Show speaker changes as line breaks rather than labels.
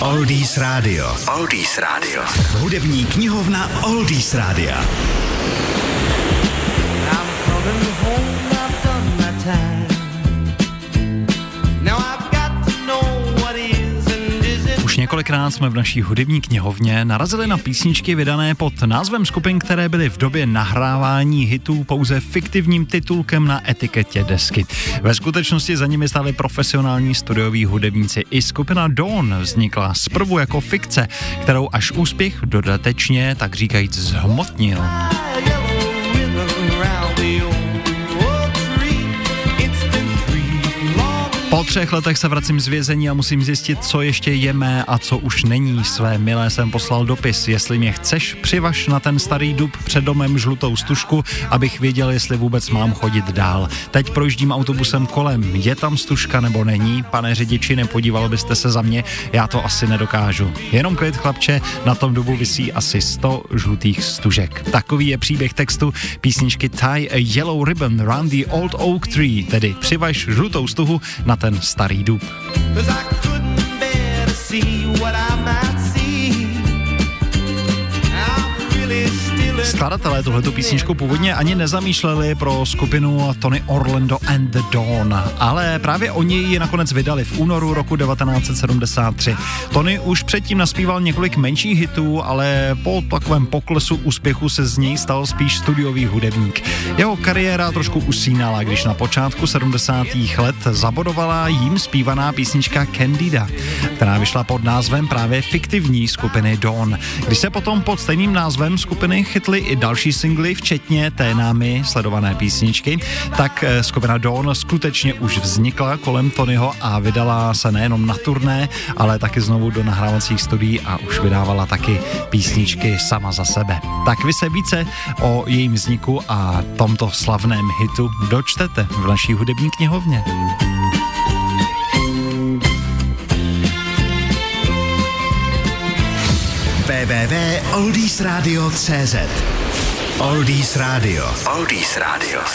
Oldies Radio. Oldies Radio. Hudební knihovna Oldies Rádia. Už několikrát jsme v naší hudební knihovně narazili na písničky vydané pod názvem skupin, které byly v době nahrávání hitů pouze fiktivním titulkem na etiketě desky. Ve skutečnosti za nimi stáli profesionální studioví hudebníci. I skupina Dawn vznikla zprvu jako fikce, kterou až úspěch dodatečně, tak říkajíc, zhmotnil. Po 3 letech se vracím z vězení a musím zjistit, co ještě je mé a co už není. Své milé jsem poslal dopis. Jestli mě chceš, přivaž na ten starý dub před domem žlutou stužku, abych věděl, jestli vůbec mám chodit dál. Teď projíždím autobusem kolem. Je tam stužka nebo není? Pane řidiči, nepodíval byste se za mě? Já to asi nedokážu. Jenom klid, chlapče, na tom dubu visí asi 100 žlutých stužek. Takový je příběh textu písničky Tie a Yellow Ribbon Round the Old Oak Tree, tedy přivaž žlutou stuhu na ten starý dub. Skladatelé tuhletu písničku původně ani nezamýšleli pro skupinu Tony Orlando and the Dawn, ale právě oni ji nakonec vydali v únoru roku 1973. Tony už předtím naspíval několik menších hitů, ale po takovém poklesu úspěchu se z něj stal spíš studiový hudebník. Jeho kariéra trošku usínala, když na počátku 70. let zabodovala jím zpívaná písnička Candida, která vyšla pod názvem právě fiktivní skupiny Dawn. Když se potom pod stejným názvem skupiny chytly i další singly, včetně té námi sledované písničky, tak skupina Dawn skutečně už vznikla kolem Tonyho a vydala se nejenom na turné, ale taky znovu do nahrávacích studií a už vydávala taky písničky sama za sebe. Tak vy se více o jejím vzniku a tomto slavném hitu dočtete v naší hudební knihovně. www.oldiesradio.cz Oldies Radio. Oldies Radio.